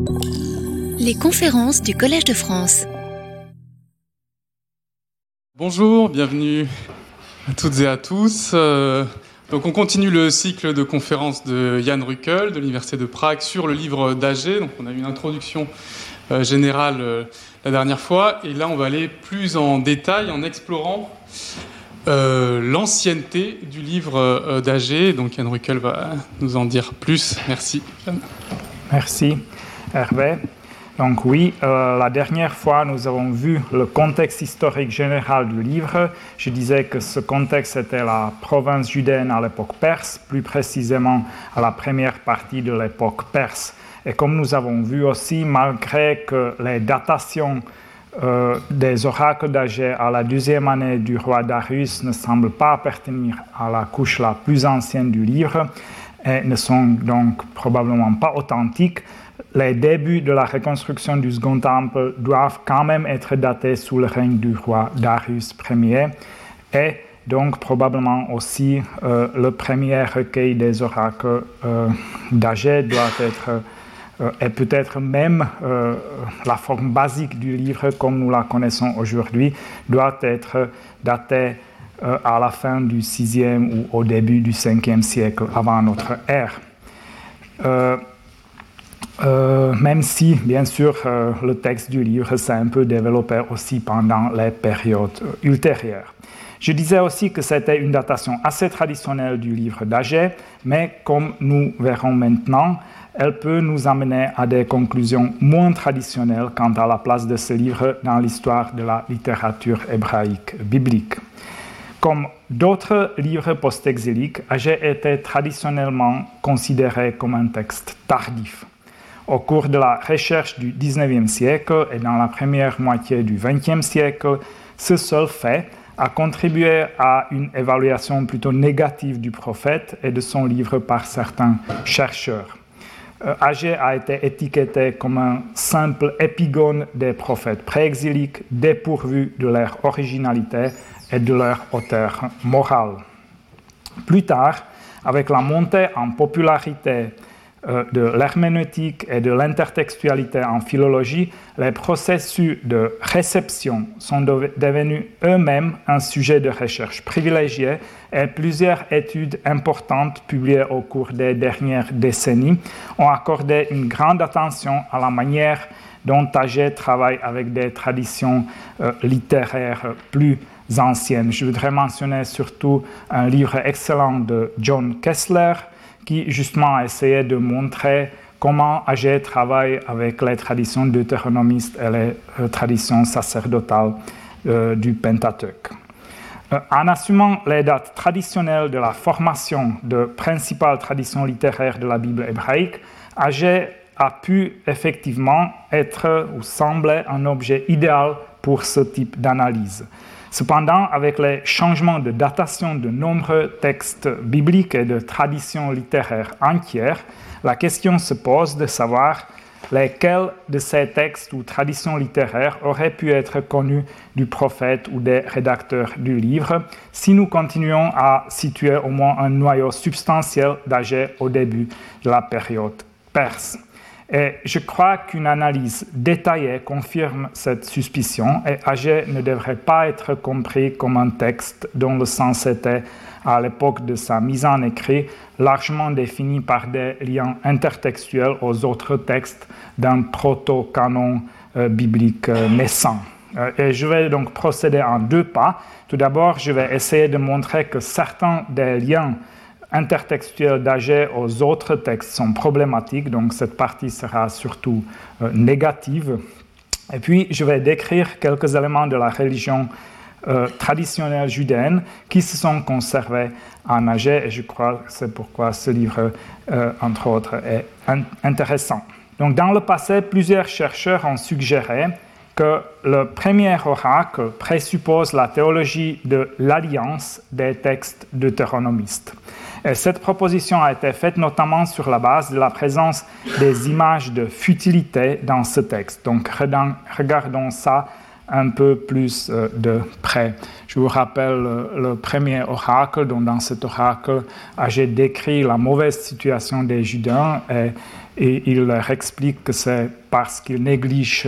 Les conférences du Collège de France. Bonjour, bienvenue à toutes et à tous. Donc on continue le cycle de conférences de Jan Rückel de l'Université de Prague sur le livre d'Agée. Donc on a eu une introduction générale la dernière fois, et là on va aller plus en détail en explorant l'ancienneté du livre d'Agée. Donc Jan Rückel va nous en dire plus. Merci. Merci Hervé. Donc oui, la dernière fois, nous avons vu le contexte historique général du livre. Je disais que ce contexte était la province judéenne à l'époque perse, plus précisément à la première partie de l'époque perse. Et comme nous avons vu aussi, malgré que les datations des oracles d'Agée à la deuxième année du roi Darius ne semblent pas appartenir à la couche la plus ancienne du livre et ne sont donc probablement pas authentiques, les débuts de la reconstruction du Second Temple doivent quand même être datés sous le règne du roi Darius Ier, et donc probablement aussi le premier recueil des oracles d'Agée doit être, et peut-être même la forme basique du livre comme nous la connaissons aujourd'hui, doit être daté à la fin du 6e ou au début du 5e siècle avant notre ère. Même si, bien sûr, le texte du livre s'est un peu développé aussi pendant les périodes ultérieures. Je disais aussi que c'était une datation assez traditionnelle du livre d'Agée, mais comme nous verrons maintenant, elle peut nous amener à des conclusions moins traditionnelles quant à la place de ce livre dans l'histoire de la littérature hébraïque biblique. Comme d'autres livres post-exiliques, Agée était traditionnellement considéré comme un texte tardif. Au cours de la recherche du XIXe siècle et dans la première moitié du XXe siècle, ce seul fait a contribué à une évaluation plutôt négative du prophète et de son livre par certains chercheurs. Agée a été étiqueté comme un simple épigone des prophètes pré-exiliques dépourvus de leur originalité et de leur hauteur morale. Plus tard, avec la montée en popularité de l'herméneutique et de l'intertextualité en philologie, les processus de réception sont devenus eux-mêmes un sujet de recherche privilégié, et plusieurs études importantes publiées au cours des dernières décennies ont accordé une grande attention à la manière dont Agée travaille avec des traditions littéraires plus anciennes. Je voudrais mentionner surtout un livre excellent de John Kessler, qui justement a essayé de montrer comment Agée travaille avec les traditions deutéronomistes et les traditions sacerdotales du Pentateuque. En assumant les dates traditionnelles de la formation de principales traditions littéraires de la Bible hébraïque, Agée a pu effectivement être ou sembler un objet idéal pour ce type d'analyse. Cependant, avec les changements de datation de nombreux textes bibliques et de traditions littéraires entières, la question se pose de savoir lesquels de ces textes ou traditions littéraires auraient pu être connus du prophète ou des rédacteurs du livre, si nous continuons à situer au moins un noyau substantiel d'Agée au début de la période perse. Et je crois qu'une analyse détaillée confirme cette suspicion, et Agée ne devrait pas être compris comme un texte dont le sens était, à l'époque de sa mise en écrit, largement défini par des liens intertextuels aux autres textes d'un proto-canon biblique naissant. Et je vais donc procéder en deux pas. Tout d'abord, je vais essayer de montrer que certains des liens intertextuels d'Agée aux autres textes sont problématiques, donc cette partie sera surtout négative. Et puis, je vais décrire quelques éléments de la religion traditionnelle judéenne qui se sont conservés en Agée, et je crois que c'est pourquoi ce livre, entre autres, est intéressant. Donc, dans le passé, plusieurs chercheurs ont suggéré que le premier oracle présuppose la théologie de l'alliance des textes deutéronomistes. Et cette proposition a été faite notamment sur la base de la présence des images de futilité dans ce texte. Donc, regardons ça un peu plus de près. Je vous rappelle le premier oracle, dont dans cet oracle, Agée décrit la mauvaise situation des Judéens et et il leur explique que c'est parce qu'ils négligent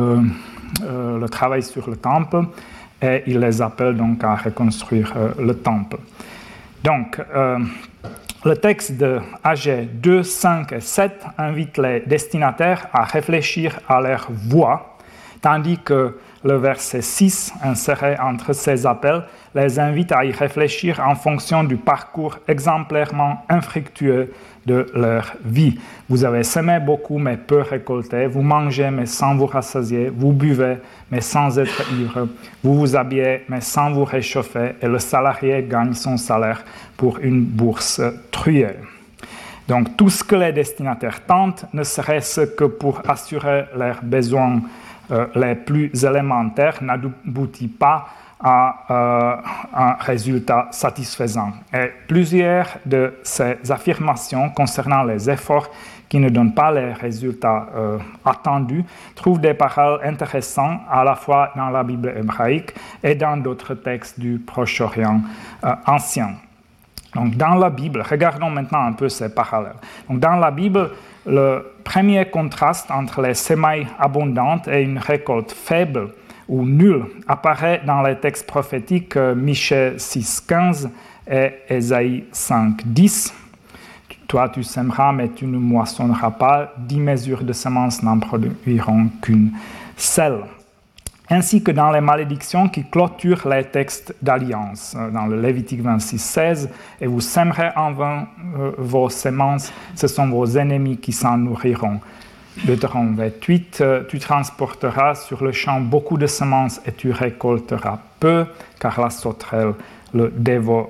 le travail sur le temple, et il les appelle donc à reconstruire le temple. Donc, le texte de Agé 2, 5 et 7 invite les destinataires à réfléchir à leur voie, tandis que le verset 6, inséré entre ces appels, les invite à y réfléchir en fonction du parcours exemplairement infructueux de leur vie. Vous avez semé beaucoup, mais peu récolté. Vous mangez, mais sans vous rassasier. Vous buvez, mais sans être ivre. Vous vous habillez, mais sans vous réchauffer. Et le salarié gagne son salaire pour une bourse truelle. Donc, tout ce que les destinataires tentent ne serait-ce que pour assurer leurs besoins les plus élémentaires, n'aboutit pas à un résultat satisfaisant. Et plusieurs de ces affirmations concernant les efforts qui ne donnent pas les résultats attendus trouvent des paroles intéressantes à la fois dans la Bible hébraïque et dans d'autres textes du Proche-Orient ancien. Donc, dans la Bible, regardons maintenant un peu ces parallèles. Donc, dans la Bible, le premier contraste entre les semailles abondantes et une récolte faible ou nulle apparaît dans les textes prophétiques Michée 6,15 et Ésaïe 5,10. Toi, tu sèmeras, mais tu ne moissonneras pas. 10 mesures de semences n'en produiront qu'une seule. Ainsi que dans les malédictions qui clôturent les textes d'alliance. Dans le Lévitique 26,16, « Et vous sèmerez en vain vos semences, ce sont vos ennemis qui s'en nourriront. » Deutéronome 28, « Tu transporteras sur le champ beaucoup de semences et tu récolteras peu, car la sauterelle le dévorera. »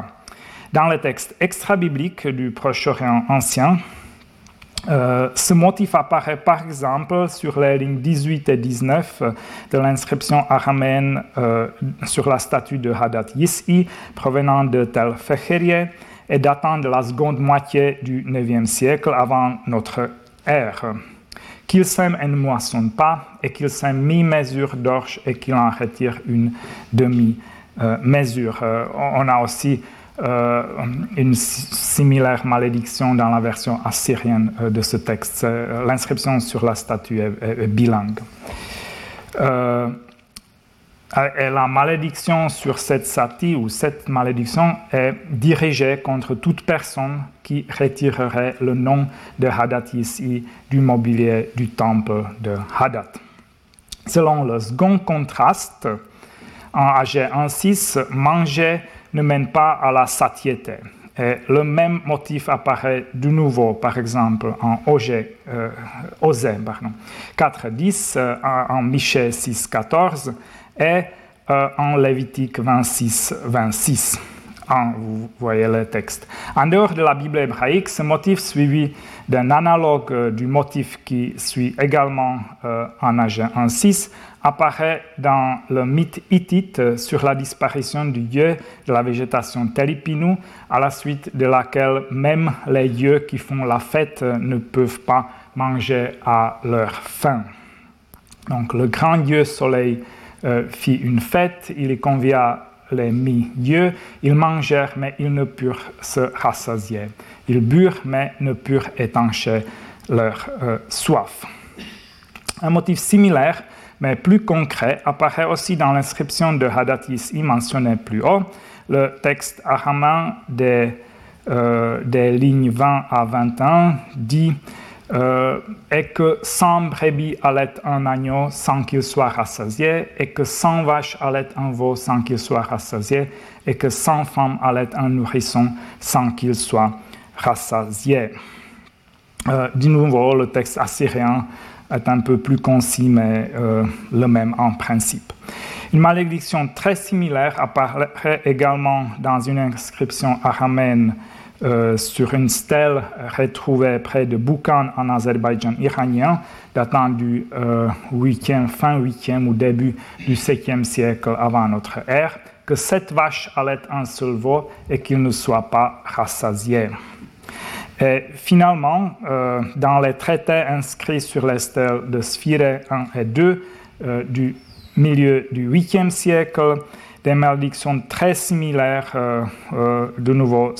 Dans les textes extra-bibliques du Proche-Orient ancien, ce motif apparaît par exemple sur les lignes 18 et 19 de l'inscription araméenne sur la statue de Hadat Yis'i provenant de Tel Fecherieh et datant de la seconde moitié du IXe siècle avant notre ère. Qu'il sème et ne moissonne pas, et qu'il sème mi-mesure d'orge et qu'il en retire une demi-mesure. On a aussi une similaire malédiction dans la version assyrienne de ce texte. L'inscription sur la statue est bilingue. Et la malédiction sur cette satie ou cette malédiction est dirigée contre toute personne qui retirerait le nom de Hadat Yis'i du mobilier du temple de Hadat. Selon le second contraste, en Agé 1,6, manger ne mène pas à la satiété. Et le même motif apparaît de nouveau, par exemple, en Osée 4,10, en Michée 6,14 et en Lévitique 26,26. Vous voyez le texte. En dehors de la Bible hébraïque, ce motif suivi d'un analogue du motif qui suit également en Agé 1,6 apparaît dans le mythe hittite sur la disparition du yeu de la végétation Telipinu, à la suite de laquelle même les yeux qui font la fête ne peuvent pas manger à leur faim. Donc le grand dieu soleil fit une fête, il y convia les mi-yeux, ils mangèrent mais ils ne purent se rassasier. Ils burent mais ne purent étancher leur soif. Un motif similaire mais plus concret apparaît aussi dans l'inscription de Hadat Yis'i mentionnée plus haut. Le texte araméen des lignes 20 à 21 dit et que 100 brebis allaitent un agneau sans qu'il soit rassasié, et que 100 vaches allaitent un veau sans qu'il soit rassasié, et que 100 femmes allaitent un nourrisson sans qu'il soit rassasié. De nouveau, le texte assyrien est un peu plus concis, mais le même en principe. Une malédiction très similaire apparaît également dans une inscription araméenne sur une stèle retrouvée près de Boukan en Azerbaïdjan iranien, datant du fin 8e ou début du 7e siècle avant notre ère, que 7 vaches allaitent un seul veau et qu'il ne soit pas rassasié. Et finalement, dans les traités inscrits sur les stèles de Sphirée 1 et 2 du milieu du 8e siècle, des malédictions très similaires, de nouveau,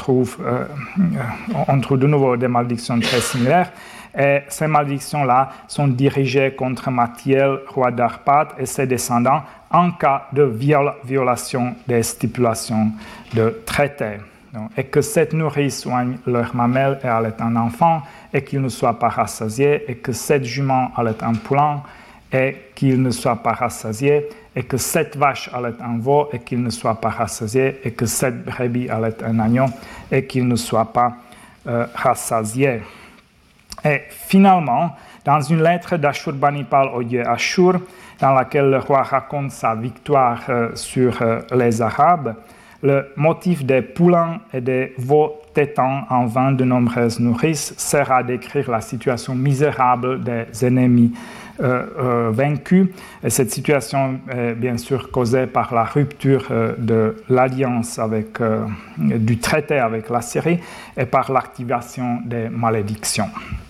on trouve de nouveau des malédictions très similaires. Et ces malédictions-là sont dirigées contre Mathiel, roi d'Arpad, et ses descendants en cas de violation des stipulations de traité. Et que cette nourrice soigne leur mamelle et allait un enfant, et qu'il ne soit pas rassasié, et que cette jument allait un poulain, et qu'il ne soit pas rassasié, et que cette vache allait un veau, et qu'il ne soit pas rassasié, et que cette brebis allait un agneau, et qu'il ne soit pas rassasié. Et finalement, dans une lettre d'Ashurbanipal au dieu Ashur, dans laquelle le roi raconte sa victoire sur les Arabes, le motif des poulains et des veaux tétants en vain de nombreuses nourrices sert à décrire la situation misérable des ennemis vaincus. Et cette situation est bien sûr causée par la rupture de l'alliance du traité avec la Syrie et par l'activation des malédictions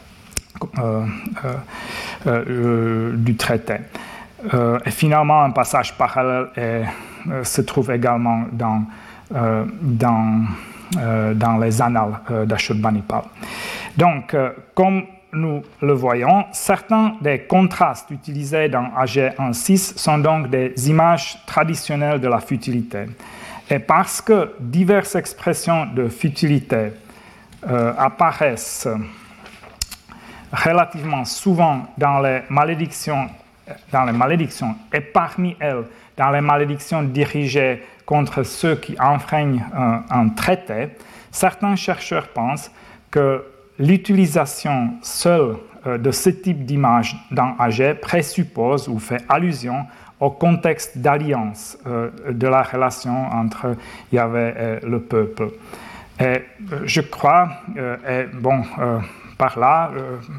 du traité. Et finalement, un passage parallèle se trouve également dans les annales d'Ashurbanipal. Donc, comme nous le voyons, certains des contrastes utilisés dans AG 1.6 sont donc des images traditionnelles de la futilité. Et parce que diverses expressions de futilité apparaissent relativement souvent dans les malédictions et parmi elles, dans les malédictions dirigées contre ceux qui enfreignent un traité, certains chercheurs pensent que l'utilisation seule de ce type d'image dans AG présuppose ou fait allusion au contexte d'alliance de la relation entre Yahvé et le peuple. Et je crois, par là,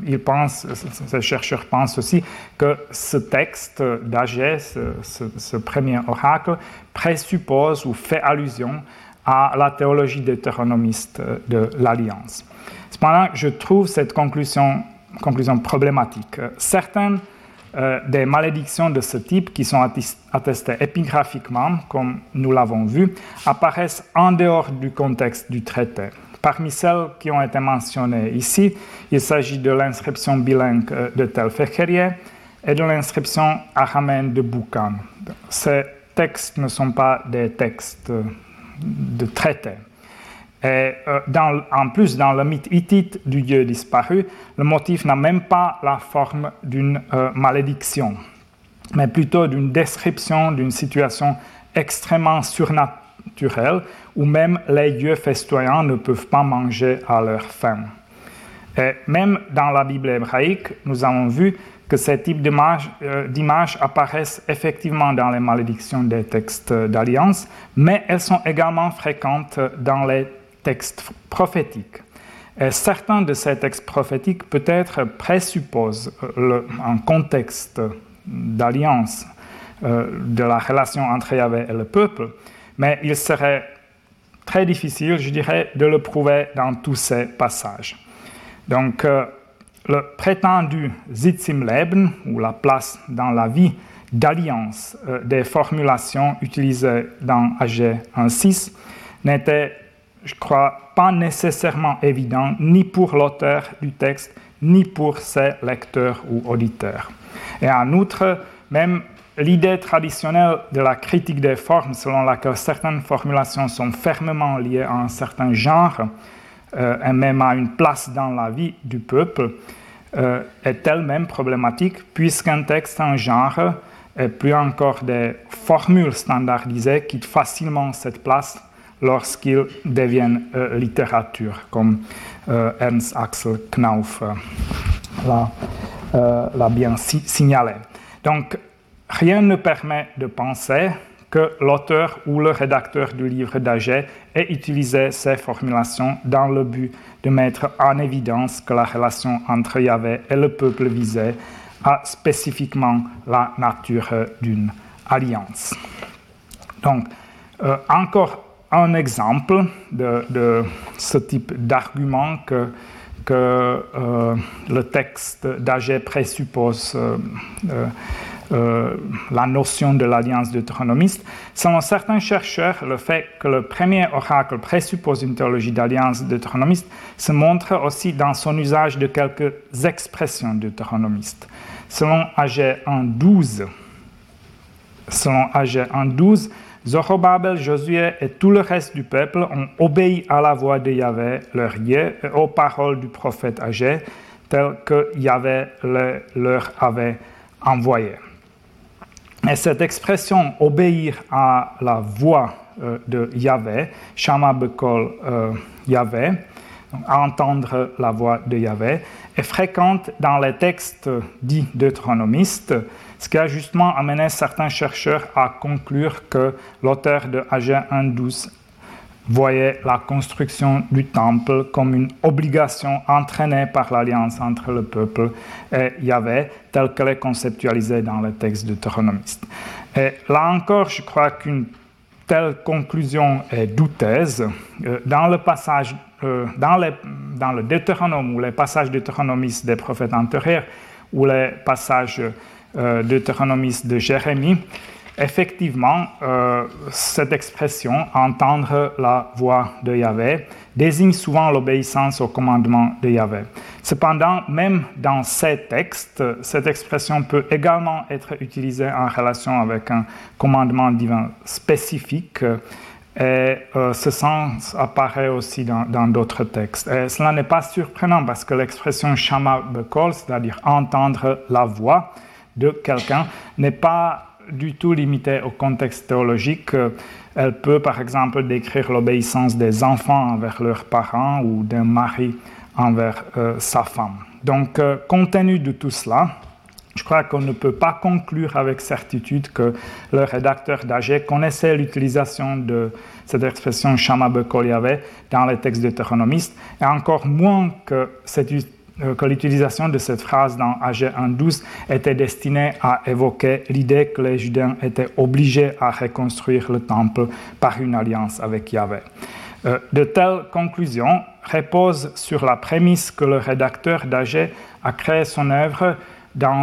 ces chercheurs pensent aussi que ce texte d'Agé, ce premier oracle, présuppose ou fait allusion à la théologie deutéronomiste de l'Alliance. Cependant, je trouve cette conclusion problématique. Certaines des malédictions de ce type, qui sont attestées épigraphiquement, comme nous l'avons vu, apparaissent en dehors du contexte du traité. Parmi celles qui ont été mentionnées ici, il s'agit de l'inscription bilingue de Tel Fecherieh et de l'inscription araméenne de Boukan. Ces textes ne sont pas des textes de traité. Et en plus, dans le mythe hittite du dieu disparu, le motif n'a même pas la forme d'une malédiction, mais plutôt d'une description d'une situation extrêmement surnaturelle où même les dieux festoyants ne peuvent pas manger à leur faim. Et même dans la Bible hébraïque, nous avons vu que ces types d'images apparaissent effectivement dans les malédictions des textes d'Alliance, mais elles sont également fréquentes dans les textes prophétiques. Et certains de ces textes prophétiques peut-être présupposent un contexte d'alliance de la relation entre Yahvé et le peuple, mais il serait très difficile, je dirais, de le prouver dans tous ces passages. Donc, le prétendu Sitzim Leben, ou la place dans la vie d'alliance des formulations utilisées dans AG 1.6, n'était, je crois, pas nécessairement évident ni pour l'auteur du texte, ni pour ses lecteurs ou auditeurs. Et en outre, même l'idée traditionnelle de la critique des formes, selon laquelle certaines formulations sont fermement liées à un certain genre, et même à une place dans la vie du peuple, est elle-même problématique, puisqu'un texte en genre, et plus encore des formules standardisées, quittent facilement cette place lorsqu'ils deviennent littérature, comme Ernst Axel Knauf l'a bien signalé. Donc, rien ne permet de penser que l'auteur ou le rédacteur du livre d'Agé ait utilisé ces formulations dans le but de mettre en évidence que la relation entre Yahvé et le peuple visé a spécifiquement la nature d'une alliance. Donc, encore un exemple de ce type d'argument que le texte d'Agé présuppose la notion de l'alliance deutéronomiste. Selon certains chercheurs, le fait que le premier oracle présuppose une théologie d'alliance deutéronomiste se montre aussi dans son usage de quelques expressions deutéronomistes. Selon Agé 1.12, Zorobabel, Josué et tout le reste du peuple ont obéi à la voix de Yahvé, leur Dieu, et aux paroles du prophète Agé, telles que Yahvé leur avait envoyé. Et cette expression « obéir à la voix de Yahvé », Shama Bekol Yahvé, entendre la voix de Yahvé, est fréquente dans les textes dits deutéronomistes, ce qui a justement amené certains chercheurs à conclure que l'auteur de Agé 1.12 voyait la construction du temple comme une obligation entraînée par l'alliance entre le peuple et Yahvé, telle qu'elle est conceptualisée dans les textes deutéronomistes. Et là encore, je crois qu'une telle conclusion est douteuse. Dans le passage, dans le Deutéronome ou les passages deutéronomistes des prophètes antérieurs ou les passages deutéronomistes de Jérémie, effectivement, cette expression « entendre la voix de Yahvé » désigne souvent l'obéissance au commandement de Yahvé. Cependant, même dans ces textes, cette expression peut également être utilisée en relation avec un commandement divin spécifique, et ce sens apparaît aussi dans d'autres textes. Et cela n'est pas surprenant parce que l'expression « shama bekol », c'est-à-dire « entendre la voix » de quelqu'un, n'est pas du tout limitée au contexte théologique. Elle peut, par exemple, décrire l'obéissance des enfants envers leurs parents ou d'un mari envers sa femme. Donc, compte tenu de tout cela, je crois qu'on ne peut pas conclure avec certitude que le rédacteur d'Agé connaissait l'utilisation de cette expression « Shama Bekol Yahvé » dans les textes deutéronomistes, et encore moins que l'utilisation de cette phrase dans Agé 1.12 était destinée à évoquer l'idée que les Judains étaient obligés à reconstruire le temple par une alliance avec Yahvé. De telles conclusions reposent sur la prémisse que le rédacteur d'Agé a créé son œuvre dans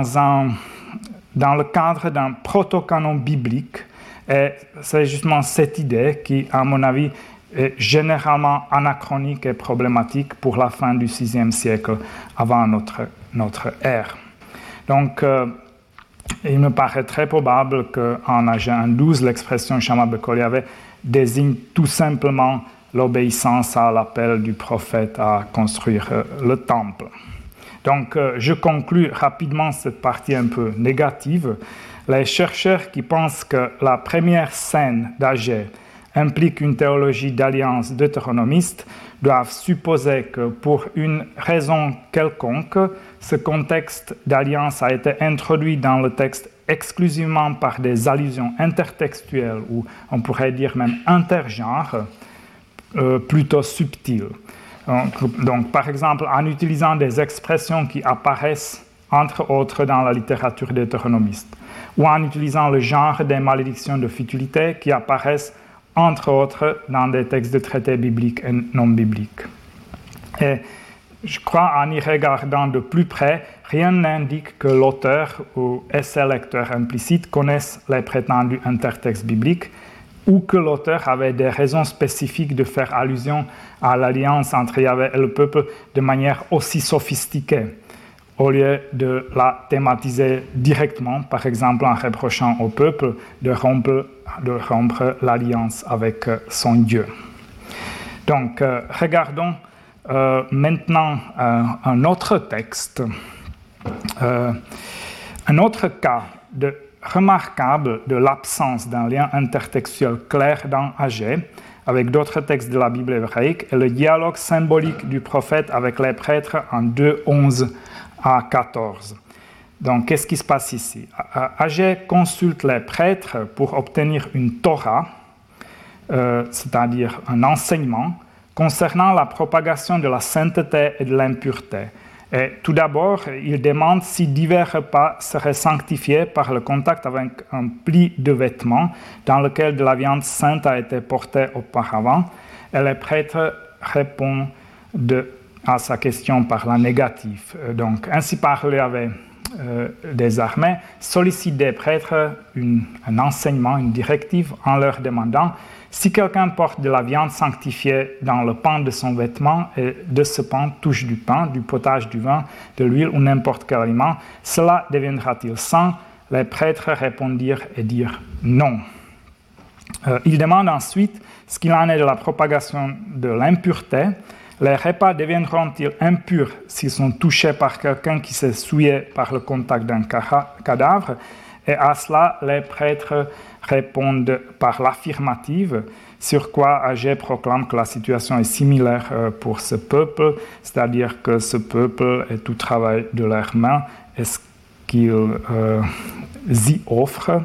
le cadre d'un proto-canon biblique, et c'est justement cette idée qui, à mon avis, est généralement anachronique et problématique pour la fin du VIe siècle avant notre ère. Donc, il me paraît très probable qu'en Agé 1.12, l'expression « Shama Bekol Yahvé » désigne tout simplement l'obéissance à l'appel du prophète à construire le temple. Donc, je conclus rapidement cette partie un peu négative. Les chercheurs qui pensent que la première scène d'Agé implique une théologie d'alliance deutéronomiste doivent supposer que pour une raison quelconque, ce contexte d'alliance a été introduit dans le texte exclusivement par des allusions intertextuelles ou on pourrait dire même intergenres, plutôt subtiles. Donc, par exemple, en utilisant des expressions qui apparaissent entre autres dans la littérature deutéronomiste, ou en utilisant le genre des malédictions de futilité qui apparaissent entre autres dans des textes de traités bibliques et non bibliques. Et je crois, en y regardant de plus près, rien n'indique que l'auteur et ses lecteurs implicites connaissent les prétendus intertextes bibliques ou que l'auteur avait des raisons spécifiques de faire allusion à l'alliance entre Yahvé et le peuple de manière aussi sophistiquée, au lieu de la thématiser directement, par exemple en reprochant au peuple de rompre l'alliance avec son Dieu. Donc, regardons maintenant un autre texte, un autre cas remarquable de l'absence d'un lien intertextuel clair dans Agé, avec d'autres textes de la Bible hébraïque, est le dialogue symbolique du prophète avec les prêtres en 2:11 à 14. Donc, qu'est-ce qui se passe ici? Agé consulte les prêtres pour obtenir une Torah, c'est-à-dire un enseignement, concernant la propagation de la sainteté et de l'impureté. Et tout d'abord, il demande si divers repas seraient sanctifiés par le contact avec un pli de vêtements dans lequel de la viande sainte a été portée auparavant. Et les prêtres répondent à sa question par la négative. Donc, ainsi parle Yahvé, des armées sollicitent des prêtres un enseignement, une directive en leur demandant si quelqu'un porte de la viande sanctifiée dans le pan de son vêtement et de ce pan touche du pain, du potage, du vin, de l'huile ou n'importe quel aliment, cela deviendra-t-il saint? Les prêtres répondirent et dirent non. Il demande ensuite ce qu'il en est de la propagation de l'impureté. Les repas deviendront-ils impurs s'ils sont touchés par quelqu'un qui s'est souillé par le contact d'un cadavre? Et à cela, les prêtres répondent par l'affirmative, sur quoi Agé proclame que la situation est similaire pour ce peuple, c'est-à-dire que ce peuple est tout travail de leurs mains et ce qu'ils y offrent,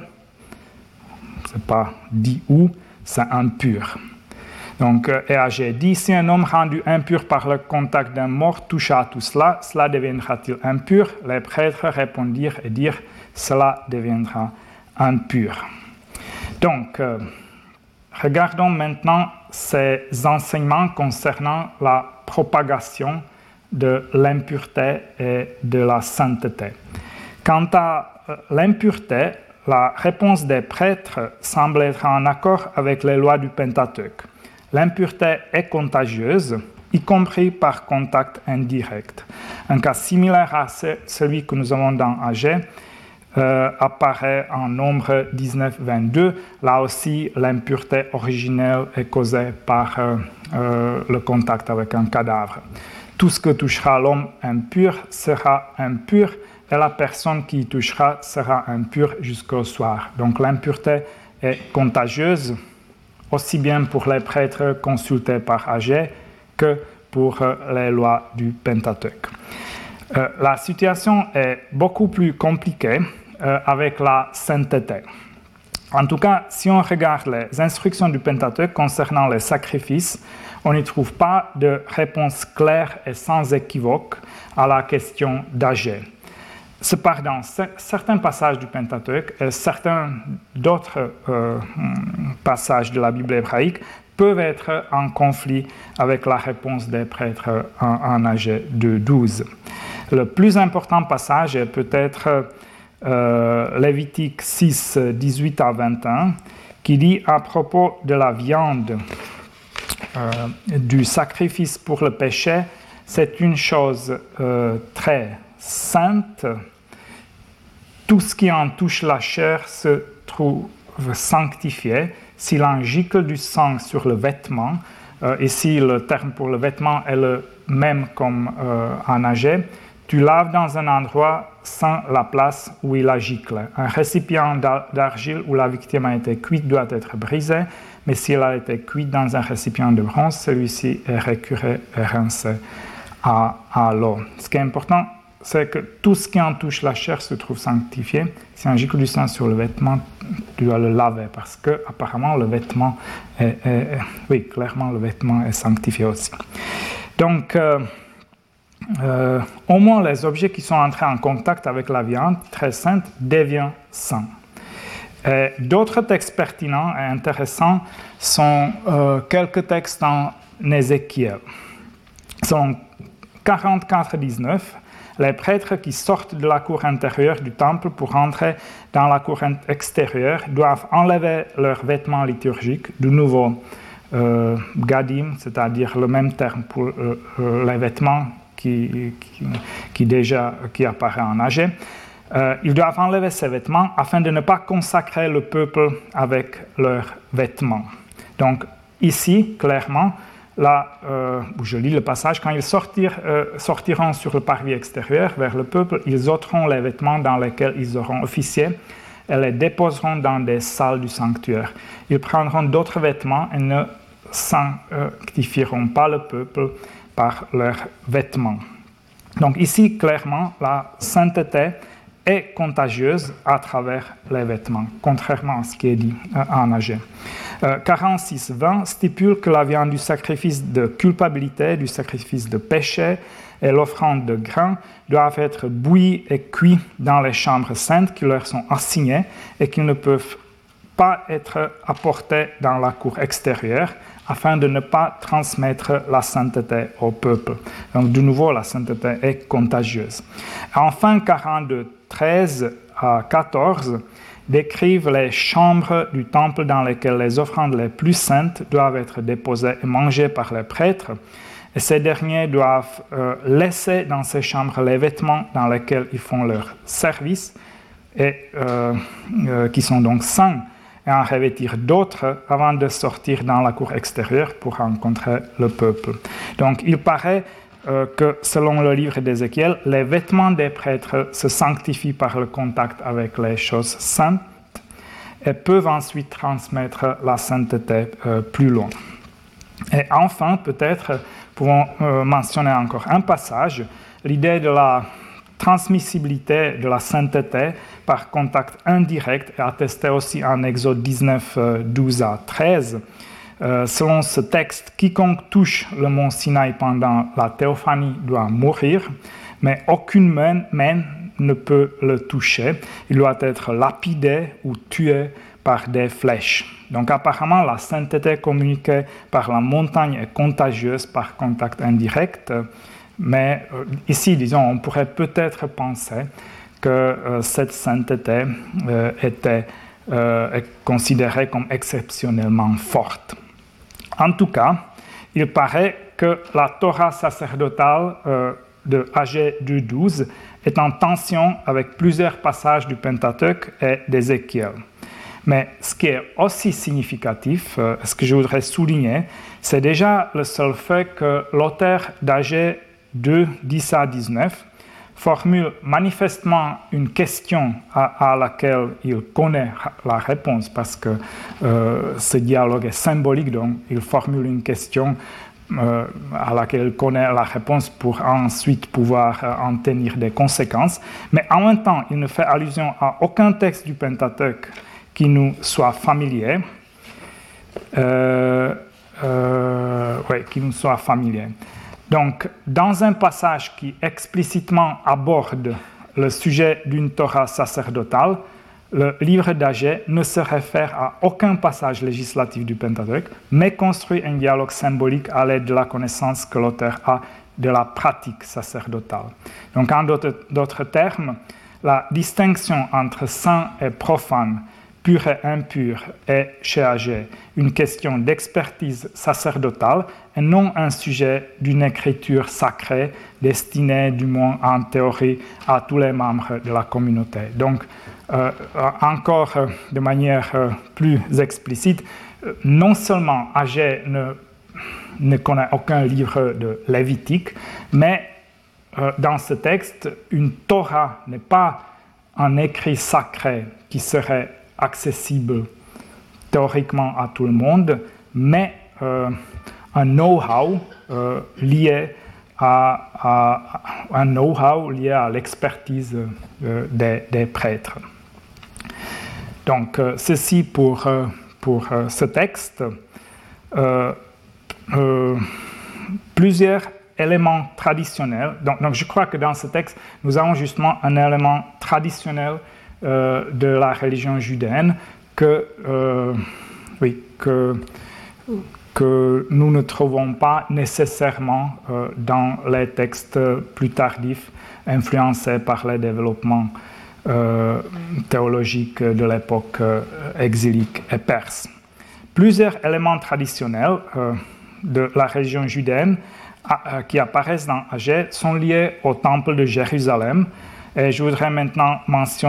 ce n'est pas dit où, c'est impur. Donc, Agé dit, si un homme rendu impur par le contact d'un mort touche à tout cela, cela deviendra-t-il impur? Les prêtres répondirent et dirent, cela deviendra impur. Donc, regardons maintenant ces enseignements concernant la propagation de l'impureté et de la sainteté. Quant à l'impureté, la réponse des prêtres semble être en accord avec les lois du Pentateuque. L'impureté est contagieuse, y compris par contact indirect. Un cas similaire à celui que nous avons dans Agé apparaît en Nombre 19-22. Là aussi, l'impureté originelle est causée par le contact avec un cadavre. Tout ce que touchera l'homme impur sera impur, et la personne qui y touchera sera impure jusqu'au soir. Donc l'impureté est contagieuse, aussi bien pour les prêtres consultés par Agé que pour les lois du Pentateuque. La situation est beaucoup plus compliquée avec la sainteté. En tout cas, si on regarde les instructions du Pentateuque concernant les sacrifices, on n'y trouve pas de réponse claire et sans équivoque à la question d'Agé. Cependant, certains passages du Pentateuque et certains d'autres passages de la Bible hébraïque peuvent être en conflit avec la réponse des prêtres en Agé 2.12. Le plus important passage est peut-être Lévitique 6, 18 à 21, qui dit à propos de la viande du sacrifice pour le péché, c'est une chose très sainte. Tout ce qui en touche la chair se trouve sanctifié. S'il en gicle du sang sur le vêtement, ici le terme pour le vêtement est le même comme en Agé, tu laves dans un endroit sans la place où il a giclé. Un récipient d'argile où la victime a été cuite doit être brisé, mais s'il a été cuite dans un récipient de bronze, celui-ci est récuré et rincé à l'eau. Ce qui est important, c'est que tout ce qui en touche la chair se trouve sanctifié. Si un gicle du sang sur le vêtement, tu dois le laver parce que apparemment le vêtement clairement le vêtement est sanctifié aussi. Donc, au moins les objets qui sont entrés en contact avec la viande très sainte deviennent saints. D'autres textes pertinents et intéressants sont quelques textes en Ézéchiel. Selon 44-19, les prêtres qui sortent de la cour intérieure du temple pour entrer dans la cour extérieure doivent enlever leurs vêtements liturgiques, de nouveau gadim, c'est-à-dire le même terme pour les vêtements qui apparaît en Agé. Ils doivent enlever ces vêtements afin de ne pas consacrer le peuple avec leurs vêtements. Donc ici, clairement, là où je lis le passage, quand ils sortiront sur le parvis extérieur vers le peuple, ils ôteront les vêtements dans lesquels ils auront officié et les déposeront dans des salles du sanctuaire. Ils prendront d'autres vêtements et ne sanctifieront pas le peuple par leurs vêtements. Donc ici, clairement, la sainteté est contagieuse à travers les vêtements, contrairement à ce qui est dit en Agé. 46-20 stipule que la viande du sacrifice de culpabilité, du sacrifice de péché et l'offrande de grains doivent être bouillis et cuits dans les chambres saintes qui leur sont assignées et qu'ils ne peuvent pas être apportés dans la cour extérieure afin de ne pas transmettre la sainteté au peuple. Donc, de nouveau, la sainteté est contagieuse. Enfin, 42, 13 à 14 décrivent les chambres du temple dans lesquelles les offrandes les plus saintes doivent être déposées et mangées par les prêtres. Et ces derniers doivent laisser dans ces chambres les vêtements dans lesquels ils font leur service et qui sont donc saints, et en revêtir d'autres avant de sortir dans la cour extérieure pour rencontrer le peuple. Donc, il paraît que, selon le livre d'Ézéchiel, les vêtements des prêtres se sanctifient par le contact avec les choses saintes et peuvent ensuite transmettre la sainteté plus loin. Et enfin, peut-être, pouvons mentionner encore un passage, l'idée de la transmissibilité de la sainteté par contact indirect est attestée aussi en Exode 19, 12 à 13. Selon ce texte, quiconque touche le mont Sinaï pendant la théophanie doit mourir, mais aucune main ne peut le toucher. Il doit être lapidé ou tué par des flèches. Donc apparemment, la sainteté communiquée par la montagne est contagieuse par contact indirect, mais ici, disons, on pourrait peut-être penser que cette sainteté est considérée comme exceptionnellement forte. En tout cas, il paraît que la Torah sacerdotale de Agé 2.12 est en tension avec plusieurs passages du Pentateuque et d'Ézéchiel. Mais ce qui est aussi significatif, ce que je voudrais souligner, c'est déjà le seul fait que l'auteur d'Agé 2, 10 à 19 formule manifestement une question à laquelle il connaît la réponse, parce que ce dialogue est symbolique, donc il formule une question à laquelle il connaît la réponse pour ensuite pouvoir en tenir des conséquences. Mais en même temps, il ne fait allusion à aucun texte du Pentateuque qui nous soit familier. Qui nous soit familier. Donc, dans un passage qui explicitement aborde le sujet d'une Torah sacerdotale, le livre d'Agé ne se réfère à aucun passage législatif du Pentateuque, mais construit un dialogue symbolique à l'aide de la connaissance que l'auteur a de la pratique sacerdotale. Donc, en d'autres termes, la distinction entre saint et profane, pur et impur, est chez Agé une question d'expertise sacerdotale et non un sujet d'une écriture sacrée destinée, du moins en théorie, à tous les membres de la communauté. Donc, encore de manière plus explicite, non seulement Agé ne connaît aucun livre de Lévitique, mais dans ce texte, une Torah n'est pas un écrit sacré qui serait accessible théoriquement à tout le monde, mais un know-how lié à l'expertise des prêtres. Donc, ceci pour ce texte. Plusieurs éléments traditionnels. Donc, je crois que dans ce texte, nous avons justement un élément traditionnel de la religion judaine que nous ne trouvons pas nécessairement dans les textes plus tardifs influencés par les développements théologiques de l'époque exilique et perse. Plusieurs éléments traditionnels de la religion judaine qui apparaissent dans Agé sont liés au temple de Jérusalem. Et je voudrais maintenant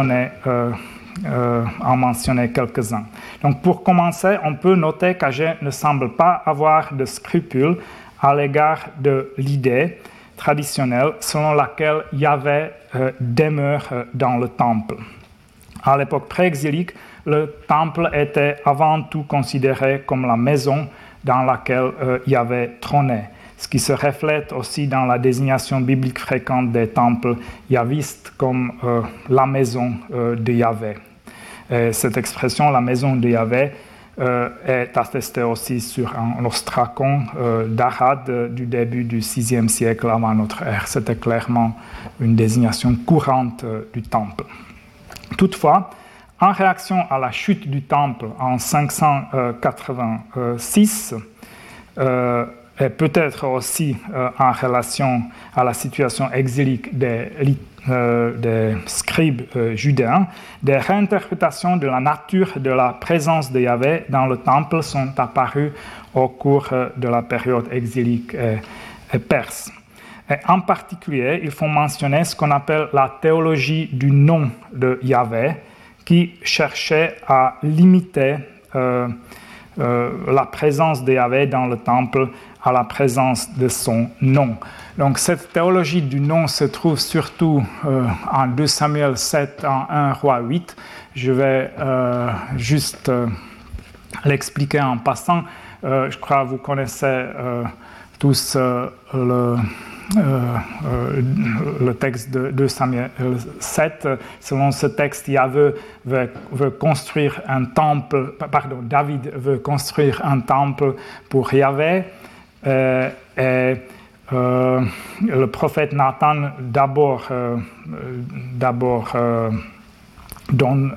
en mentionner quelques-uns. Donc, pour commencer, on peut noter qu'Agé ne semble pas avoir de scrupules à l'égard de l'idée traditionnelle selon laquelle Yahvé demeure dans le temple. À l'époque pré-exilique, le temple était avant tout considéré comme la maison dans laquelle Yahvé trônait, ce qui se reflète aussi dans la désignation biblique fréquente des temples yahvistes comme la maison de Yahvé. Et cette expression, la maison de Yahvé, est attestée aussi sur un ostracon d'Arad du début du VIe siècle avant notre ère. C'était clairement une désignation courante du temple. Toutefois, en réaction à la chute du temple en 586, et peut-être aussi en relation à la situation exilique des scribes judéens, des réinterprétations de la nature de la présence de Yahvé dans le temple sont apparues au cours de la période exilique perse. Et en particulier, il faut mentionner ce qu'on appelle la théologie du nom de Yahvé, qui cherchait à limiter la présence de Yahvé dans le temple à la présence de son nom. Donc cette théologie du nom se trouve surtout en 2 Samuel 7, en 1 Roi 8. Je vais juste l'expliquer en passant. Je crois que vous connaissez tous le texte de 2 Samuel 7. Selon ce texte, veut construire un temple, David veut construire un temple pour Yahvé. Et le prophète Nathan d'abord donne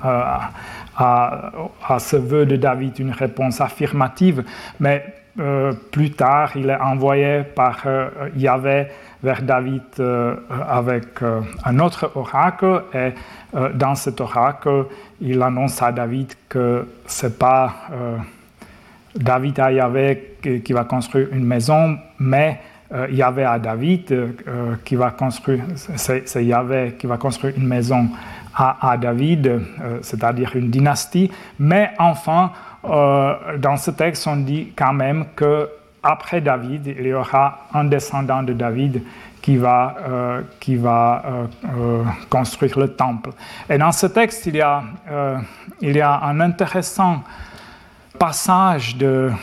à ce vœu de David une réponse affirmative, mais plus tard, il est envoyé par Yahvé vers David avec un autre oracle, et dans cet oracle, il annonce à David que ce n'est pas David à Yahvé qui va construire une maison, mais Yahvé à David qui va construire, c'est Yahvé qui va construire une maison à David, c'est-à-dire une dynastie. Mais enfin, dans ce texte, on dit quand même qu'après David, il y aura un descendant de David qui va construire le temple. Et dans ce texte, il y a un intéressant passage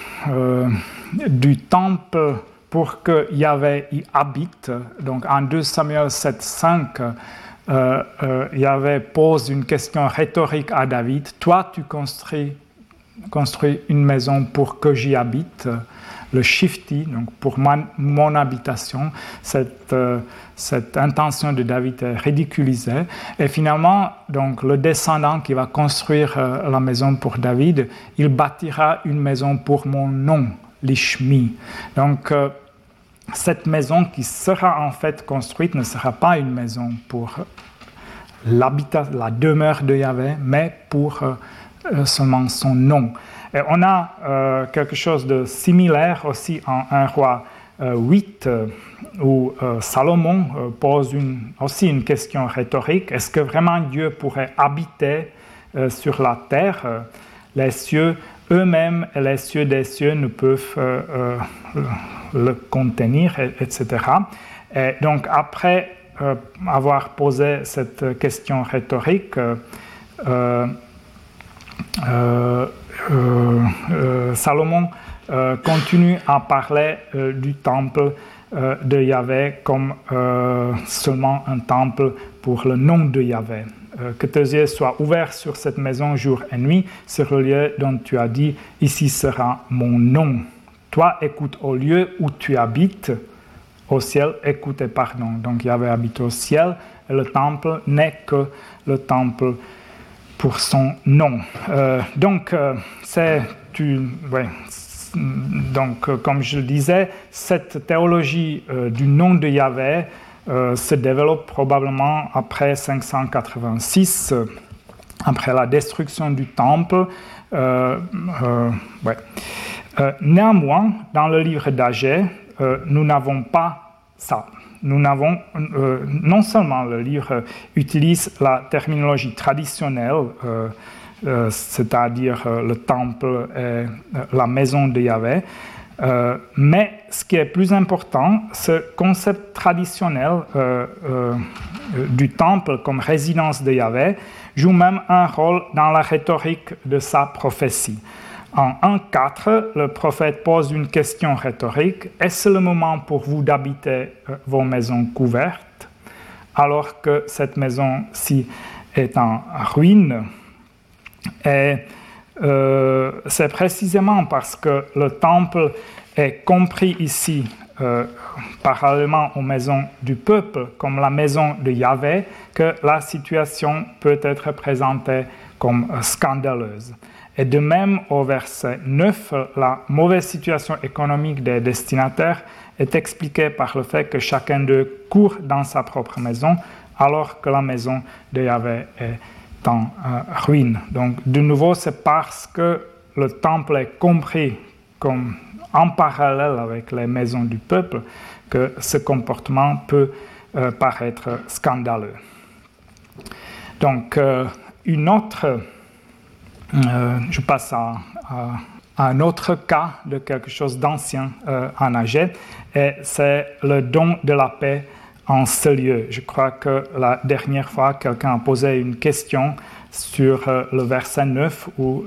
du temple pour que Yahvé y habite. Donc en 2 Samuel 7, 5, Yahvé pose une question rhétorique à David. Toi, tu construis une maison pour que j'y habite, le shifti, donc pour mon habitation. Cette intention de David est ridiculisée. Et finalement, donc, le descendant qui va construire la maison pour David, il bâtira une maison pour mon nom, l'Ishmi. Donc, cette maison qui sera en fait construite ne sera pas une maison pour la demeure de Yahvé, mais pour seulement son nom. Et on a quelque chose de similaire aussi en 1 Roi 8, où Salomon pose aussi une question rhétorique. Est-ce que vraiment Dieu pourrait habiter sur la terre? Les cieux eux-mêmes et les cieux des cieux ne peuvent le contenir, etc. Et donc après avoir posé cette question rhétorique, Salomon continue à parler du temple de Yahvé comme seulement un temple pour le nom de Yahvé. Que tes yeux soient ouverts sur cette maison jour et nuit, sur le lieu dont tu as dit, ici sera mon nom. Toi, écoute au lieu où tu habites, au ciel, écoute et pardon. Donc Yahvé habite au ciel, et le temple n'est que le temple pour son nom. Donc, comme je le disais, cette théologie du nom de Yahvé se développe probablement après 586, après la destruction du temple. Néanmoins, dans le livre d'Agé, nous n'avons pas ça. Nous n'avons, non seulement le livre utilise la terminologie traditionnelle, c'est-à-dire le temple et la maison de Yahvé, mais ce qui est plus important, ce concept traditionnel du temple comme résidence de Yahvé joue même un rôle dans la rhétorique de sa prophétie. En 1.4, le prophète pose une question rhétorique. Est-ce le moment pour vous d'habiter vos maisons couvertes, alors que cette maison-ci est en ruine? Et c'est précisément parce que le temple est compris ici parallèlement aux maisons du peuple, comme la maison de Yahvé, que la situation peut être présentée comme scandaleuse. Et de même, au verset 9, la mauvaise situation économique des destinataires est expliquée par le fait que chacun d'eux court dans sa propre maison, alors que la maison de Yahvé est en ruine. Donc, de nouveau, c'est parce que le temple est compris comme en parallèle avec les maisons du peuple que ce comportement peut paraître scandaleux. Donc, je passe à un autre cas de quelque chose d'ancien en Agé, et c'est le don de la paix en ce lieu. Je crois que la dernière fois, quelqu'un a posé une question sur le verset 9 où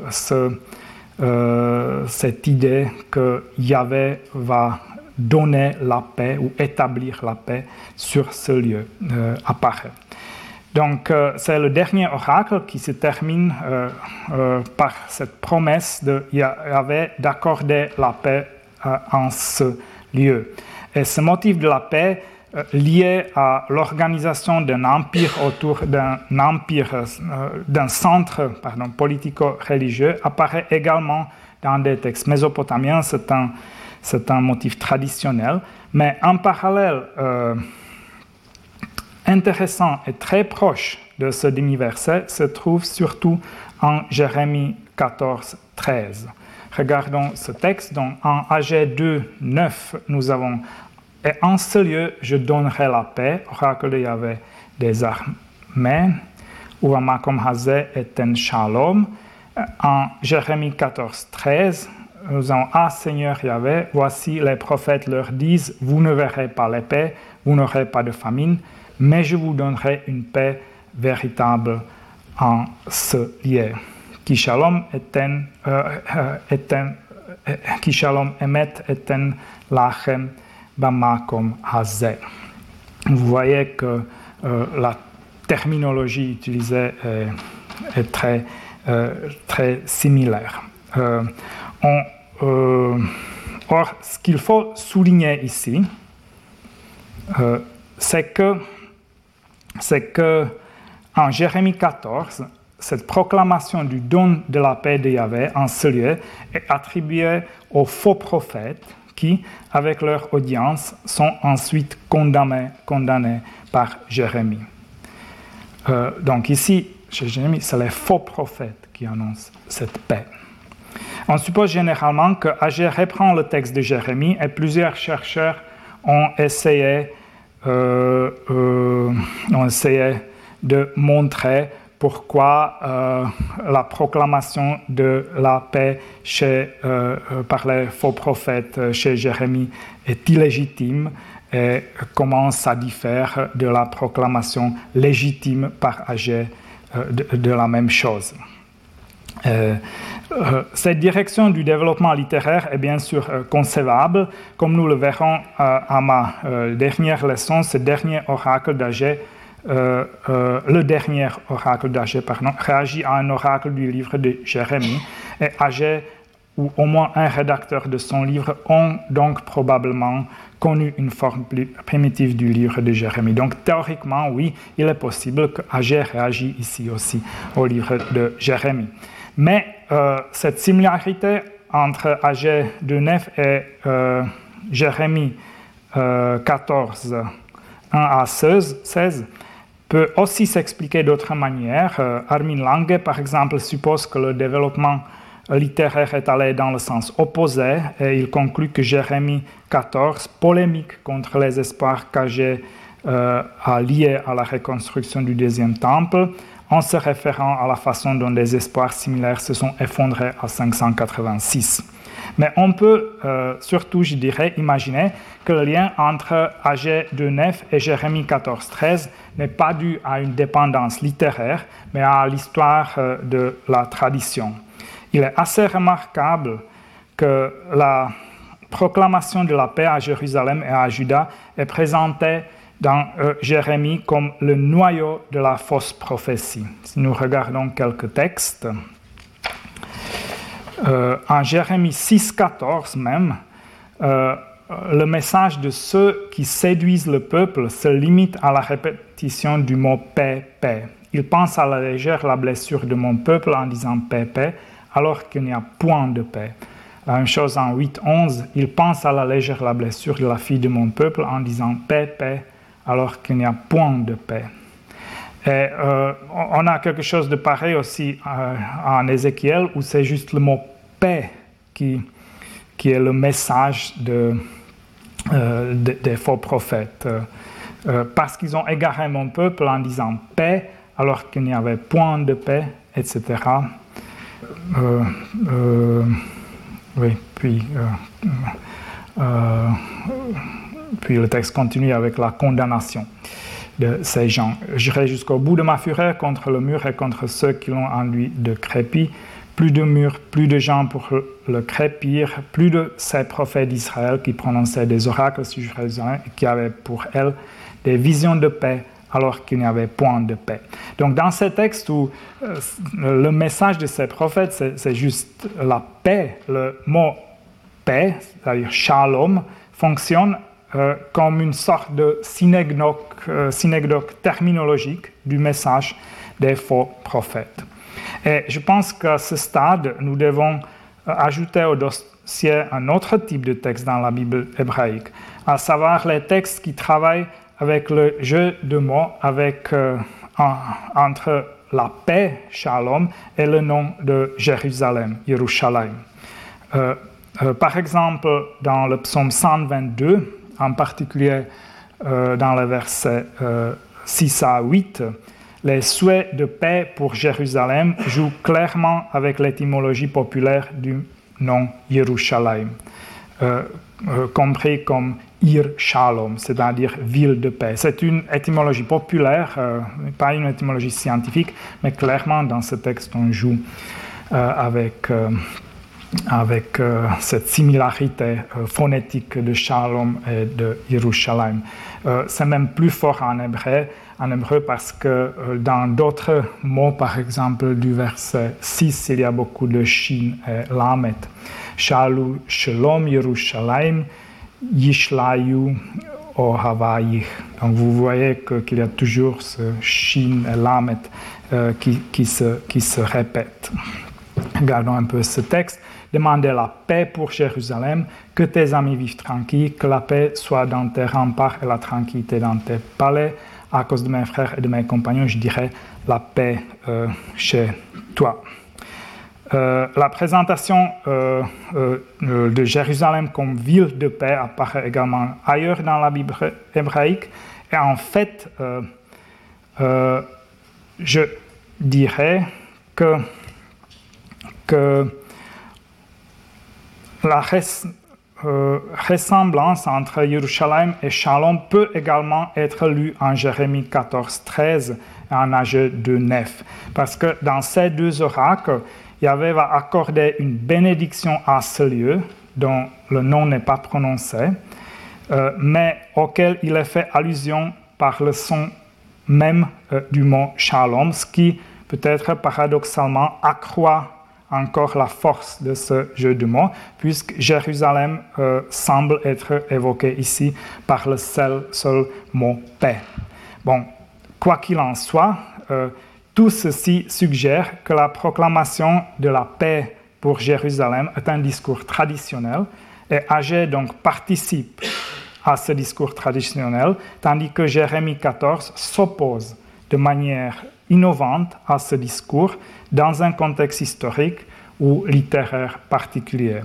cette idée que Yahvé va donner la paix ou établir la paix sur ce lieu apparaît. Donc, c'est le dernier oracle qui se termine par cette promesse de Yahvé d'accorder la paix en ce lieu. Et ce motif de la paix, lié à l'organisation d'un empire autour d'un centre politico-religieux, apparaît également dans des textes mésopotamiens. C'est un motif traditionnel, mais en parallèle, intéressant et très proche de ce demi-verset se trouve surtout en Jérémie 14, 13. Regardons ce texte. Donc, en Agé 2, 9, nous avons « Et en ce lieu, je donnerai la paix, oracle de Yahvé des armées, ou amakom hazé eten shalom ». En Jérémie 14, 13, nous avons « Ah Seigneur Yahvé, voici les prophètes leur disent, vous ne verrez pas l'épée, vous n'aurez pas de famine, mais je vous donnerai une paix véritable en ce lieu. Ki shalom emet eten lachem bamakom hazé ». Vous voyez que la terminologie utilisée est très similaire. Or, ce qu'il faut souligner ici, c'est que en Jérémie 14, cette proclamation du don de la paix de Yahvé en ce lieu est attribuée aux faux prophètes qui, avec leur audience, sont ensuite condamnés par Jérémie. Donc ici, chez Jérémie, c'est les faux prophètes qui annoncent cette paix. On suppose généralement que Agé reprend le texte de Jérémie et plusieurs chercheurs ont essayé de montrer pourquoi la proclamation de la paix par les faux prophètes chez Jérémie est illégitime et comment ça diffère de la proclamation légitime par Agé de la même chose. Cette direction du développement littéraire est bien sûr concevable. Comme nous le verrons à ma dernière leçon, le dernier oracle d'Agé réagit à un oracle du livre de Jérémie. Et Agé, ou au moins un rédacteur de son livre, ont donc probablement connu une forme plus primitive du livre de Jérémie. Donc théoriquement, oui, il est possible que Agé réagisse ici aussi au livre de Jérémie. Mais cette similarité entre Agé 2.9 et Jérémie 14, 1 à 16 peut aussi s'expliquer d'autres manières. Armin Lange, par exemple, suppose que le développement littéraire est allé dans le sens opposé et il conclut que Jérémie 14 polémique contre les espoirs qu'Agé a liés à la reconstruction du deuxième temple, en se référant à la façon dont des espoirs similaires se sont effondrés à 586. Mais on peut surtout, je dirais, imaginer que le lien entre Agé 2.9 et Jérémie 14.13 n'est pas dû à une dépendance littéraire, mais à l'histoire de la tradition. Il est assez remarquable que la proclamation de la paix à Jérusalem et à Juda est présentée dans Jérémie comme le noyau de la fausse prophétie. Si nous regardons quelques textes, en Jérémie 6.14 même, le message de ceux qui séduisent le peuple se limite à la répétition du mot paix, paix. Ils pensent alléger la blessure de mon peuple en disant paix, paix, alors qu'il n'y a point de paix. La même chose en 8.11, ils pensent alléger la blessure de la fille de mon peuple en disant paix, paix, alors qu'il n'y a point de paix. Et on a quelque chose de pareil aussi en Ézéchiel, où c'est juste le mot paix qui est le message des faux prophètes. Parce qu'ils ont égaré mon peuple en disant paix, alors qu'il n'y avait point de paix, etc. Oui, puis le texte continue avec la condamnation de ces gens. J'irai jusqu'au bout de ma fureur contre le mur et contre ceux qui l'ont enduit de crépi. Plus de murs, plus de gens pour le crépir, plus de ces prophètes d'Israël qui prononçaient des oracles sur Jérusalem et qui avaient pour elles des visions de paix alors qu'il n'y avait point de paix. Donc dans ce texte où le message de ces prophètes, c'est juste la paix, le mot paix, c'est-à-dire shalom, fonctionne comme une sorte de synecdoque terminologique du message des faux prophètes. Et je pense qu'à ce stade, nous devons ajouter au dossier un autre type de texte dans la Bible hébraïque, à savoir les textes qui travaillent avec le jeu de mots entre la paix, Shalom, et le nom de Jérusalem, Yerushalayim. Par exemple, dans le psaume 122, en particulier dans les versets 6 à 8, les souhaits de paix pour Jérusalem jouent clairement avec l'étymologie populaire du nom Yerushalayim, compris comme Ir Shalom, c'est-à-dire ville de paix. C'est une étymologie populaire, pas une étymologie scientifique, mais clairement dans ce texte on joue avec cette similarité phonétique de Shalom et de Yerushalayim. C'est même plus fort en hébreu parce que dans d'autres mots, par exemple du verset 6, il y a beaucoup de shin et lamet. Shalu Shalom Yerushalayim Yishlayu Ohavayich. Donc vous voyez qu'il y a toujours ce shin et lamet qui se répètent. Regardons un peu ce texte. Demandez la paix pour Jérusalem, que tes amis vivent tranquilles, que la paix soit dans tes remparts et la tranquillité dans tes palais. À cause de mes frères et de mes compagnons, je dirais la paix chez toi. La présentation de Jérusalem comme ville de paix apparaît également ailleurs dans la Bible hébraïque. Et en fait, je dirais que la ressemblance entre Yerushalayim et Shalom peut également être lue en Jérémie 14.13 et en Ageu 2.9. Parce que dans ces deux oracles, Yahvé va accorder une bénédiction à ce lieu, dont le nom n'est pas prononcé, mais auquel il est fait allusion par le son même du mot Shalom, ce qui peut-être paradoxalement accroît encore la force de ce jeu de mots, puisque Jérusalem semble être évoqué ici par le seul mot paix. Bon, quoi qu'il en soit, tout ceci suggère que la proclamation de la paix pour Jérusalem est un discours traditionnel, et Agé donc participe à ce discours traditionnel, tandis que Jérémie 14 s'oppose de manière innovante à ce discours dans un contexte historique ou littéraire particulier.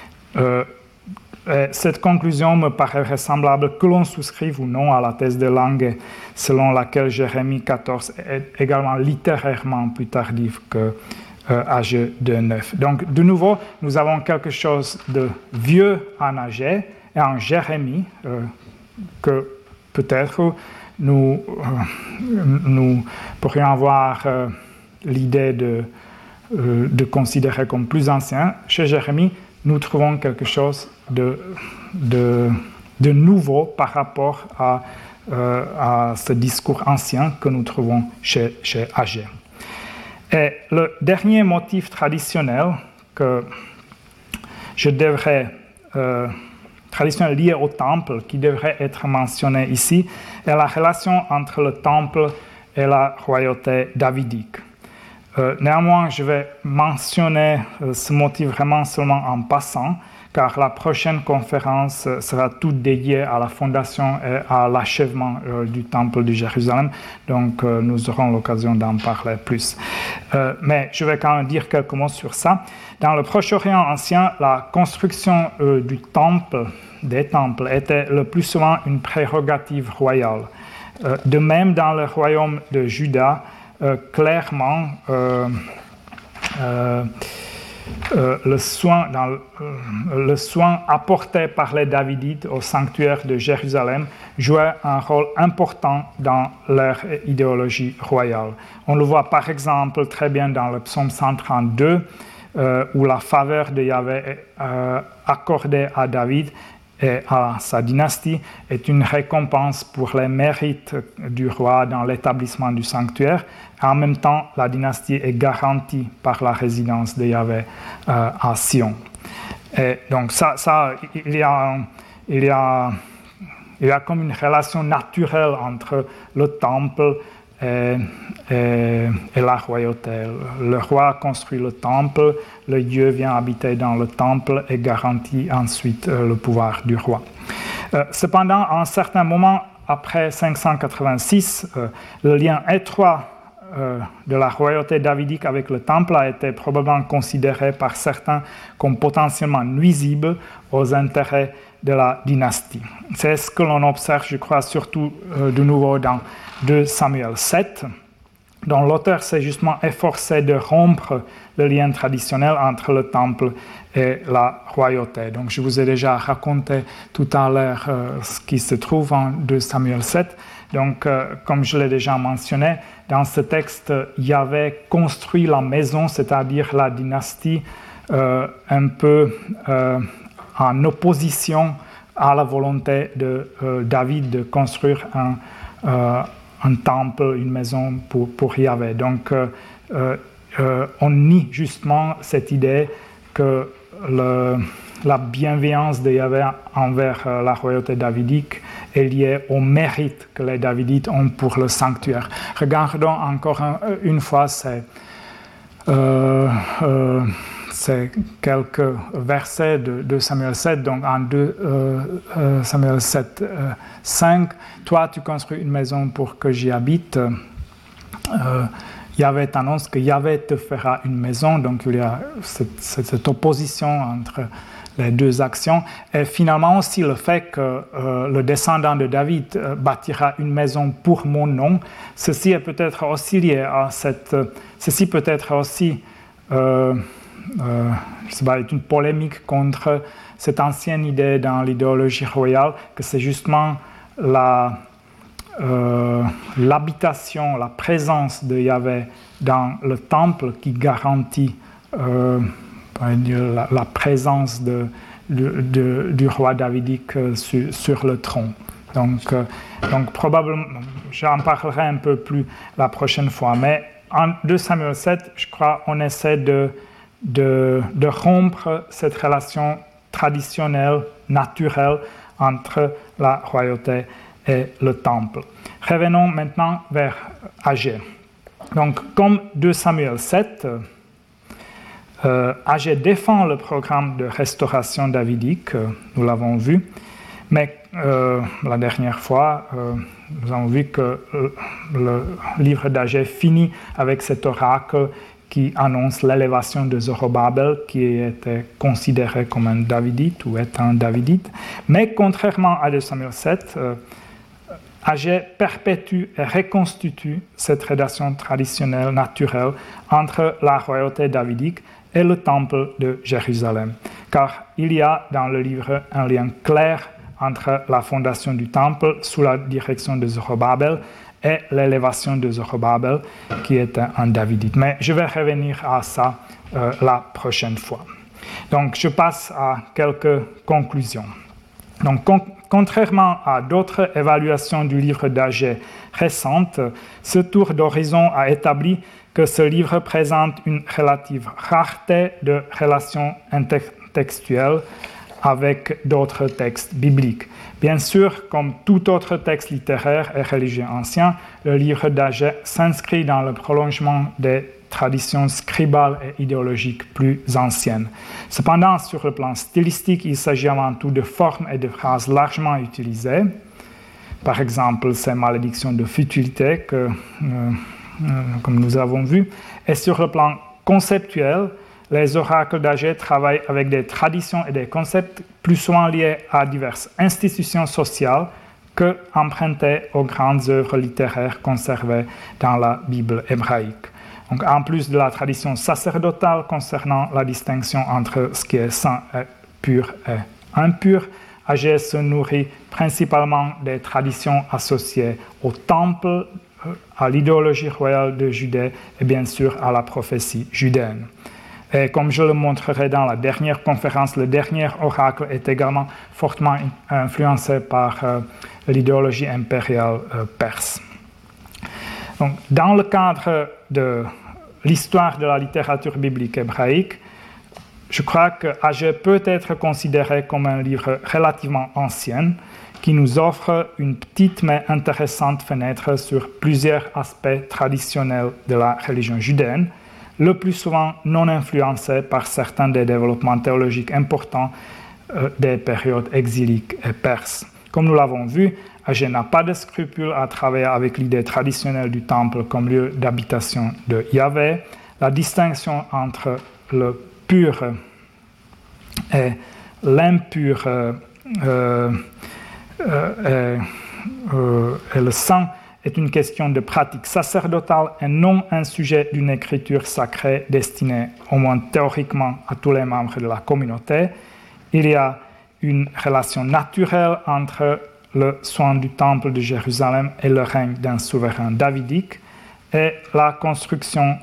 Cette conclusion me paraît vraisemblable que l'on souscrive ou non à la thèse de Lange, selon laquelle Jérémie 14 est également littérairement plus tardive que Agé 2.9. Donc, de nouveau, nous avons quelque chose de vieux en Agé et en Jérémie, que peut-être nous pourrions avoir l'idée de considérer comme plus ancien. Chez Jérémie, nous trouvons quelque chose de nouveau par rapport à ce discours ancien que nous trouvons chez Agé. Et le dernier motif traditionnel que je devrais traditionnelle liée au temple qui devrait être mentionnée ici est la relation entre le temple et la royauté davidique. Néanmoins, je vais mentionner ce motif vraiment seulement en passant, car la prochaine conférence sera toute dédiée à la fondation et à l'achèvement du temple de Jérusalem, donc nous aurons l'occasion d'en parler plus. Mais je vais quand même dire quelques mots sur ça. Dans le Proche-Orient ancien, la construction des temples était le plus souvent une prérogative royale. De même, dans le royaume de Juda, clairement, le soin apporté par les Davidites au sanctuaire de Jérusalem jouait un rôle important dans leur idéologie royale. On le voit par exemple très bien dans le psaume 132, où la faveur de Yahvé est accordée à David et à sa dynastie est une récompense pour les mérites du roi dans l'établissement du sanctuaire. En même temps, la dynastie est garantie par la résidence de Yahvé à Sion. Et donc il y a comme une relation naturelle entre le temple et la royauté. Le roi construit le temple, le Dieu vient habiter dans le temple et garantit ensuite le pouvoir du roi. Cependant, à un certain moment, après 586, le lien étroit de la royauté davidique avec le temple a été probablement considéré par certains comme potentiellement nuisible aux intérêts de la dynastie. C'est ce que l'on observe, je crois, surtout de nouveau dans 2 Samuel 7, dont l'auteur s'est justement efforcé de rompre le lien traditionnel entre le temple et la royauté. Donc je vous ai déjà raconté tout à l'heure ce qui se trouve en 2 Samuel 7. Donc, comme je l'ai déjà mentionné, dans ce texte, Yahvé construit la maison, c'est-à-dire la dynastie, un peu en opposition à la volonté de David de construire un temple, une maison pour Yahvé. Donc, on nie justement cette idée que la bienveillance de Yahvé envers la royauté davidique est liée au mérite que les Davidites ont pour le sanctuaire. Regardons encore une fois ces quelques versets de Samuel 7, donc en 2 Samuel 7, 5. « Toi, tu construis une maison pour que j'y habite. Yahvé t'annonce que Yahvé te fera une maison. » Donc il y a cette opposition entre les deux actions. Et finalement aussi le fait que le descendant de David bâtira une maison pour mon nom, ceci est peut-être aussi lié à ceci peut être aussi est une polémique contre cette ancienne idée dans l'idéologie royale que c'est justement l'habitation, la présence de Yahvé dans le temple qui garantit la présence du roi davidique sur le trône. Donc probablement, j'en parlerai un peu plus la prochaine fois, mais en 2 Samuel 7, je crois, on essaie de rompre cette relation traditionnelle, naturelle entre la royauté et le temple. Revenons maintenant vers Agé. Donc, comme 2 Samuel 7, Agé défend le programme de restauration davidique, nous l'avons vu, mais la dernière fois, nous avons vu que le livre d'Agé finit avec cet oracle qui annonce l'élévation de Zorobabel, qui était considéré comme un davidite ou est un davidite. Mais contrairement à 2 Samuel 7, Agé perpétue et reconstitue cette relation traditionnelle, naturelle, entre la royauté davidique et le temple de Jérusalem. Car il y a dans le livre un lien clair entre la fondation du temple sous la direction de Zorobabel et l'élévation de Zorobabel, qui était un davidite. Mais je vais revenir à ça la prochaine fois. Donc, je passe à quelques conclusions. Donc, contrairement à d'autres évaluations du livre d'Agé récentes, ce tour d'horizon a établi que ce livre présente une relative rareté de relations intertextuelles avec d'autres textes bibliques. Bien sûr, comme tout autre texte littéraire et religieux ancien, le livre d'Agé s'inscrit dans le prolongement des traditions scribales et idéologiques plus anciennes. Cependant, sur le plan stylistique, il s'agit avant tout de formes et de phrases largement utilisées. Par exemple, ces malédictions de futilité, comme nous avons vu. Et sur le plan conceptuel, les oracles d'Agé travaillent avec des traditions et des concepts plus souvent liés à diverses institutions sociales que empruntés aux grandes œuvres littéraires conservées dans la Bible hébraïque. Donc, en plus de la tradition sacerdotale concernant la distinction entre ce qui est saint et pur et impur, Agé se nourrit principalement des traditions associées au temple, à l'idéologie royale de Judée et bien sûr à la prophétie judéenne. Et comme je le montrerai dans la dernière conférence, le dernier oracle est également fortement influencé par l'idéologie impériale perse. Donc, dans le cadre de l'histoire de la littérature biblique hébraïque, je crois que Agé peut être considéré comme un livre relativement ancien qui nous offre une petite mais intéressante fenêtre sur plusieurs aspects traditionnels de la religion judéenne, le plus souvent non influencés par certains des développements théologiques importants des périodes exiliques et perses. Comme nous l'avons vu, Agé n'a pas de scrupule à travailler avec l'idée traditionnelle du temple comme lieu d'habitation de Yahvé. La distinction entre le pur et l'impur et le saint est une question de pratique sacerdotale et non un sujet d'une écriture sacrée destinée, au moins théoriquement, à tous les membres de la communauté. Il y a une relation naturelle entre le soin du temple de Jérusalem et le règne d'un souverain davidique et la construction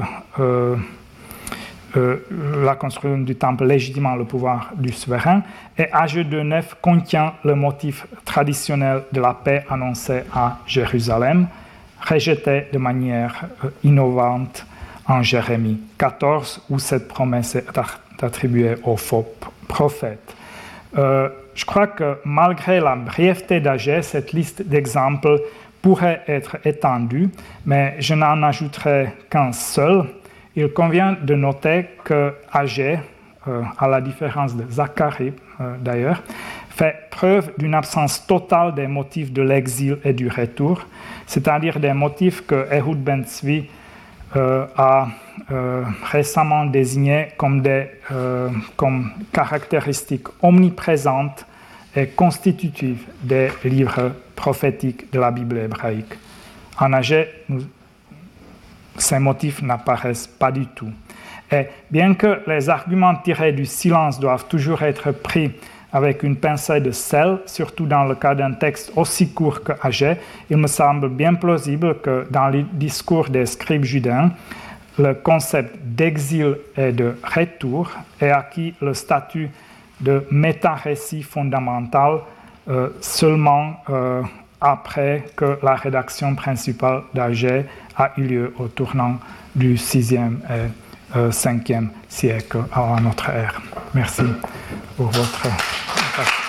du temple légitimant le pouvoir du souverain. Et Agé 2.9 contient le motif traditionnel de la paix annoncée à Jérusalem, rejeté de manière innovante en Jérémie 14, où cette promesse est attribuée aux faux prophètes. Je crois que malgré la brièveté d'Agé, cette liste d'exemples pourrait être étendue, mais je n'en ajouterai qu'un seul. Il convient de noter que Agé, à la différence de Zacharie d'ailleurs, fait preuve d'une absence totale des motifs de l'exil et du retour, c'est-à-dire des motifs que Ehud Ben Tzvi a récemment désignés comme caractéristiques omniprésentes et constitutives des livres prophétiques de la Bible hébraïque. En Agé, ces motifs n'apparaissent pas du tout. Et bien que les arguments tirés du silence doivent toujours être pris avec une pincée de sel, surtout dans le cas d'un texte aussi court que Agé, il me semble bien plausible que dans les discours des scribes judains, le concept d'exil et de retour ait acquis le statut de méta-récit fondamental seulement après que la rédaction principale d'Agé a eu lieu au tournant du 6e et 5e siècle avant notre ère. Merci pour votre attention.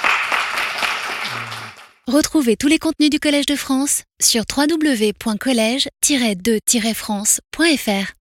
Retrouvez tous les contenus du Collège de France sur www.collège-2-france.fr.